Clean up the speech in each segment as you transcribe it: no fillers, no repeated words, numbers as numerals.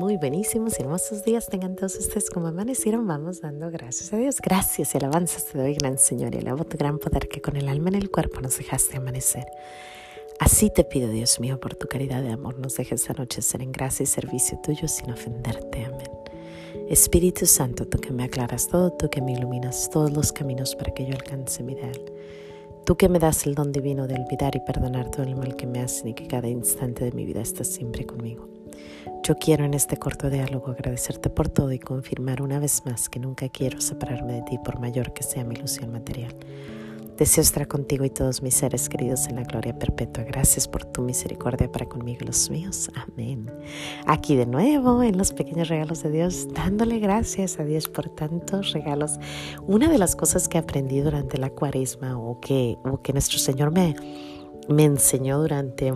muy buenísimos y hermosos días tengan todos ustedes como amanecieron. Vamos dando gracias a Dios. Gracias y alabanzas te doy, gran Señor, y alabo tu gran poder que con el alma en el cuerpo nos dejaste amanecer. Así te pido, Dios mío, por tu caridad de amor, nos dejes anochecer en gracia y servicio tuyo sin ofenderte. Amén. Espíritu Santo, tú que me aclaras todo, tú que me iluminas todos los caminos para que yo alcance mi ideal. Tú que me das el don divino de olvidar y perdonar todo el mal que me hacen y que cada instante de mi vida estás siempre conmigo. Yo quiero en este corto diálogo agradecerte por todo y confirmar una vez más que nunca quiero separarme de ti por mayor que sea mi ilusión material. Deseo estar contigo y todos mis seres queridos en la gloria perpetua. Gracias por tu misericordia para conmigo y los míos. Amén. Aquí de nuevo en los pequeños regalos de Dios, dándole gracias a Dios por tantos regalos. Una de las cosas que aprendí durante la Cuaresma o que nuestro Señor me enseñó durante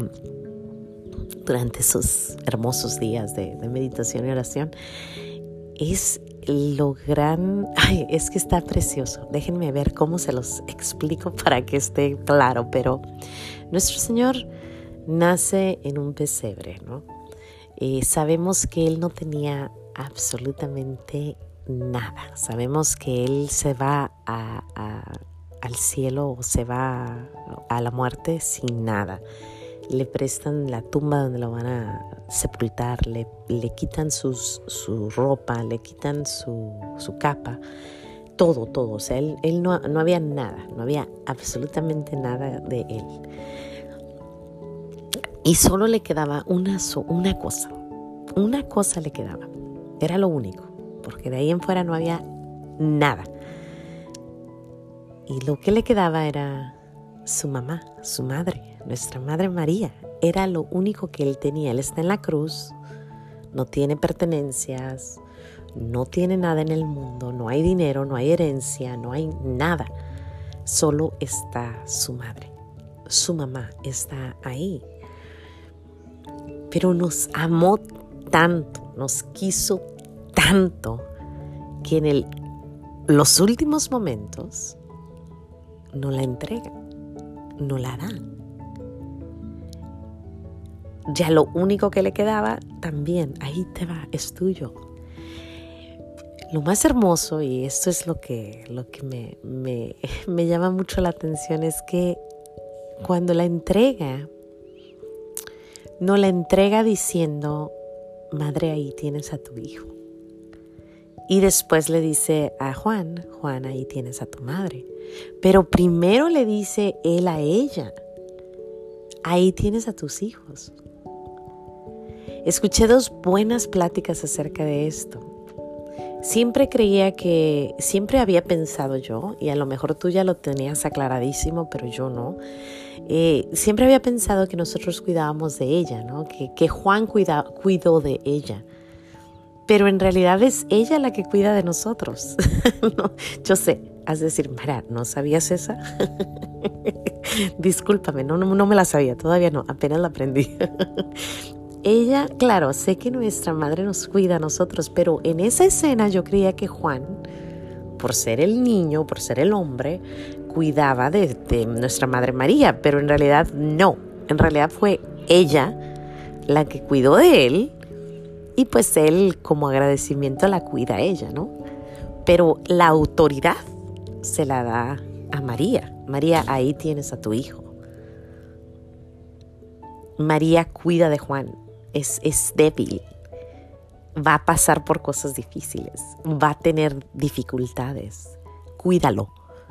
esos hermosos días de meditación y oración es es que está precioso. Déjenme ver cómo se los explico para que esté claro, pero nuestro Señor nace en un pesebre, ¿no? Sabemos que Él no tenía absolutamente nada. Sabemos que Él se va al cielo o se va a la muerte sin nada. Le prestan la tumba donde lo van a sepultar, le quitan su ropa, le quitan su capa, todo. O sea, él no había nada, no había absolutamente nada de él. Y solo le quedaba una cosa le quedaba, era lo único, porque de ahí en fuera no había nada. Y lo que le quedaba era su mamá, su madre, nuestra Madre María. Era lo único que él tenía. Él está en la cruz, no tiene pertenencias, no tiene nada en el mundo, no hay dinero, no hay herencia, no hay nada. Solo está su madre, su mamá está ahí. Pero nos amó tanto, nos quiso tanto, que en los últimos momentos no la entrega. No la da. Ya lo único que le quedaba, también, ahí te va, es tuyo. Lo más hermoso, y esto es lo que me llama mucho la atención, es que cuando la entrega, no la entrega diciendo, madre, ahí tienes a tu hijo. Y después le dice a Juan, ahí tienes a tu madre. Pero primero le dice él a ella, ahí tienes a tus hijos. Escuché 2 buenas pláticas acerca de esto. Siempre había pensado yo, y a lo mejor tú ya lo tenías aclaradísimo, pero yo no. Siempre había pensado que nosotros cuidábamos de ella, ¿no? Que Juan cuidó de ella. Pero en realidad es ella la que cuida de nosotros. No, yo sé, has de decir, Mara, ¿no sabías esa? Discúlpame, no me la sabía, todavía no, apenas la aprendí. Ella, claro, sé que nuestra madre nos cuida a nosotros, pero en esa escena yo creía que Juan, por ser el niño, por ser el hombre, cuidaba de nuestra Madre María, pero en realidad no. En realidad fue ella la que cuidó de él. Y pues él, como agradecimiento, la cuida a ella, ¿no? Pero la autoridad se la da a María. María, ahí tienes a tu hijo. María cuida de Juan. Es débil. Va a pasar por cosas difíciles. Va a tener dificultades. Cuídalo.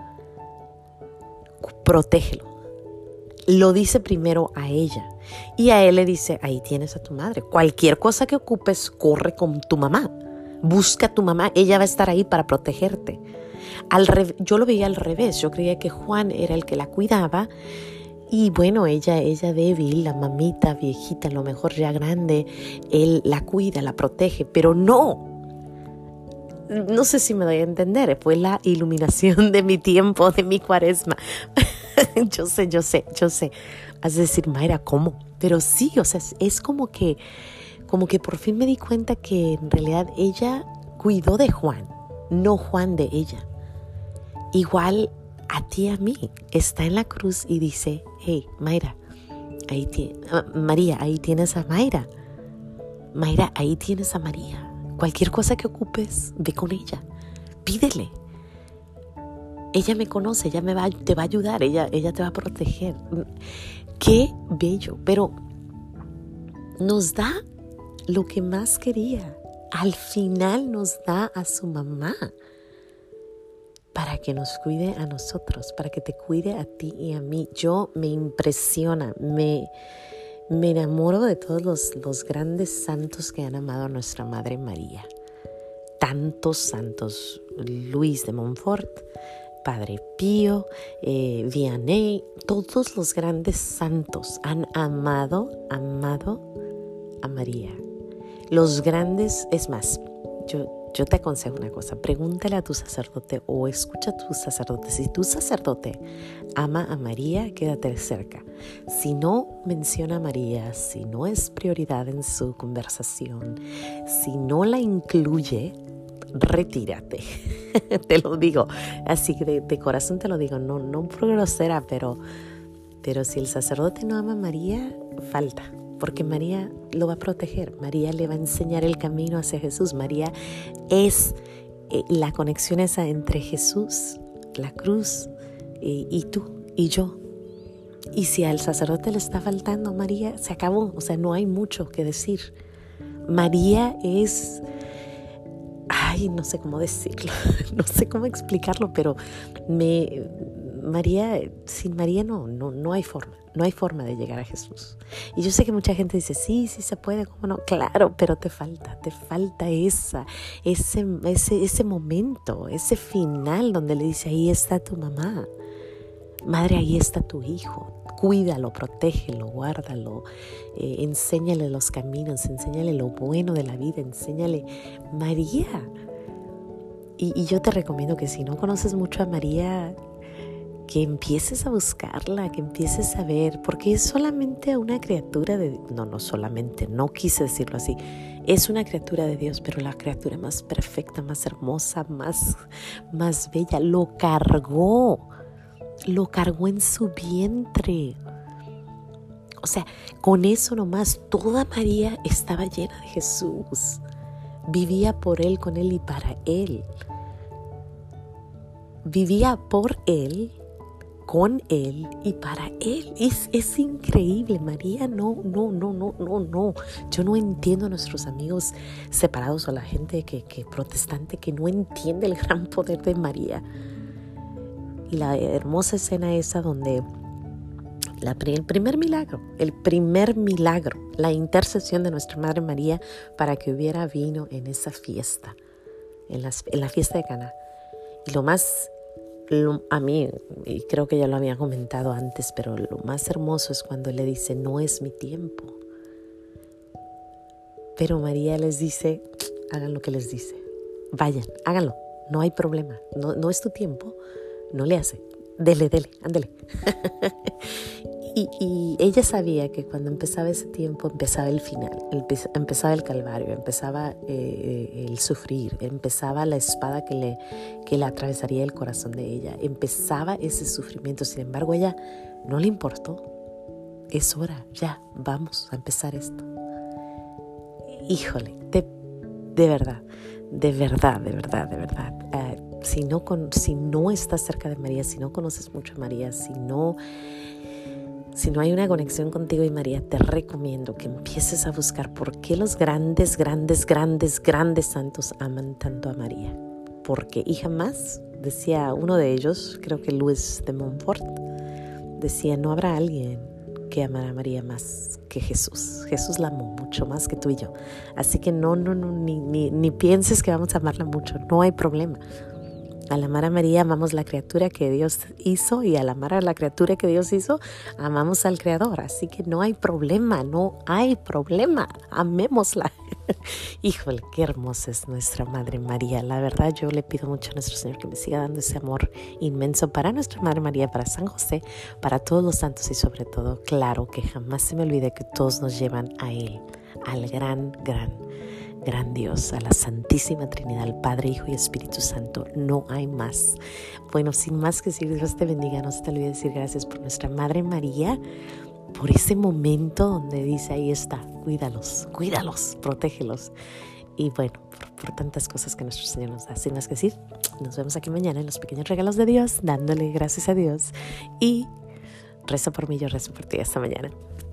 Protégelo. Lo dice primero a ella. Y a él le dice, ahí tienes a tu madre. Cualquier cosa que ocupes, corre con tu mamá. Busca a tu mamá. Ella va a estar ahí para protegerte. Yo lo veía al revés. Yo creía que Juan era el que la cuidaba. Y bueno, ella débil, la mamita viejita, a lo mejor ya grande, él la cuida, la protege. Pero no sé si me doy a entender. Fue la iluminación de mi tiempo, de mi Cuaresma. Yo sé. Has de decir, Mayra, ¿cómo? Pero sí, o sea, es como que por fin me di cuenta que en realidad ella cuidó de Juan, no Juan de ella. Igual a ti y a mí, está en la cruz y dice, hey, Mayra, María, ahí tienes a Mayra. Mayra, ahí tienes a María. Cualquier cosa que ocupes, ve con ella. Pídele. Ella me conoce, ella te va a ayudar, ella te va a proteger. Qué bello, pero nos da lo que más quería. Al final nos da a su mamá para que nos cuide a nosotros, para que te cuide a ti y a mí. Yo me impresiona, me enamoro de todos los grandes santos que han amado a nuestra Madre María. Tantos santos, Luis de Montfort, Padre Pío, Vianney, todos los grandes santos han amado a María. Los grandes, es más, yo te aconsejo una cosa, pregúntale a tu sacerdote o escucha a tu sacerdote. Si tu sacerdote ama a María, quédate cerca. Si no menciona a María, si no es prioridad en su conversación, si no la incluye, retírate. Te lo digo, así que de corazón te lo digo, no por grosera, pero si el sacerdote no ama a María, falta. Porque María lo va a proteger, María le va a enseñar el camino hacia Jesús. María es la conexión esa entre Jesús, la cruz, y tú y yo. Y si al sacerdote le está faltando María, se acabó, o sea, no hay mucho que decir. María es, no sé cómo decirlo, no sé cómo explicarlo, pero sin María no hay forma. No hay forma de llegar a Jesús. Y yo sé que mucha gente dice, sí se puede, ¿cómo no? Claro, pero te falta ese momento, ese final donde le dice, ahí está tu mamá. Madre, ahí está tu hijo. Cuídalo, protégelo, guárdalo. Enséñale los caminos, enséñale lo bueno de la vida, enséñale María. Y yo te recomiendo que si no conoces mucho a María, que empieces a buscarla, que empieces a ver, porque es solamente una criatura de... No solamente, no quise decirlo así. Es una criatura de Dios, pero la criatura más perfecta, más hermosa, más bella. Lo cargó en su vientre. O sea, con eso nomás, toda María estaba llena de Jesús. Vivía por Él, con Él y para Él. Vivía por Él, con Él y para Él. Es increíble. María, no. Yo no entiendo a nuestros amigos separados o a la gente que protestante que no entiende el gran poder de María. Y la hermosa escena esa donde el primer milagro, la intercesión de nuestra Madre María para que hubiera vino en esa fiesta, en la fiesta de Caná. Y a mí, y creo que ya lo había comentado antes, pero lo más hermoso es cuando le dice, no es mi tiempo. Pero María les dice, hagan lo que les dice. Vayan, háganlo, no hay problema. No es tu tiempo, no le hace. Dele, ándele. Y ella sabía que cuando empezaba ese tiempo, empezaba el final, empezaba el calvario, empezaba el sufrir, empezaba la espada que le atravesaría el corazón de ella, empezaba ese sufrimiento. Sin embargo, a ella no le importó. Es hora, ya, vamos a empezar esto. Híjole, de verdad. Si no estás cerca de María, si no conoces mucho a María, si no hay una conexión contigo y María, te recomiendo que empieces a buscar por qué los grandes santos aman tanto a María. Porque, y jamás, decía uno de ellos, creo que Luis de Montfort, decía, no habrá alguien que amara a María más que Jesús. Jesús la amó mucho más que tú y yo. Así que ni pienses que vamos a amarla mucho, no hay problema. Al amar a María amamos la criatura que Dios hizo, y al amar a la criatura que Dios hizo amamos al Creador. Así que no hay problema, amémosla. Híjole, qué hermosa es nuestra Madre María. La verdad, yo le pido mucho a nuestro Señor que me siga dando ese amor inmenso para nuestra Madre María, para San José, para todos los santos, y sobre todo, claro, que jamás se me olvide que todos nos llevan a Él, al gran Dios, a la Santísima Trinidad, al Padre, Hijo y Espíritu Santo. No hay más. Bueno, sin más que decir, Dios te bendiga. No se te olvide decir gracias por nuestra Madre María, por ese momento donde dice, ahí está, cuídalos, protégelos. Y bueno, por tantas cosas que nuestro Señor nos da. Sin más que decir, nos vemos aquí mañana en los pequeños regalos de Dios, dándole gracias a Dios. Y reza por mí, yo rezo por ti. Hasta mañana.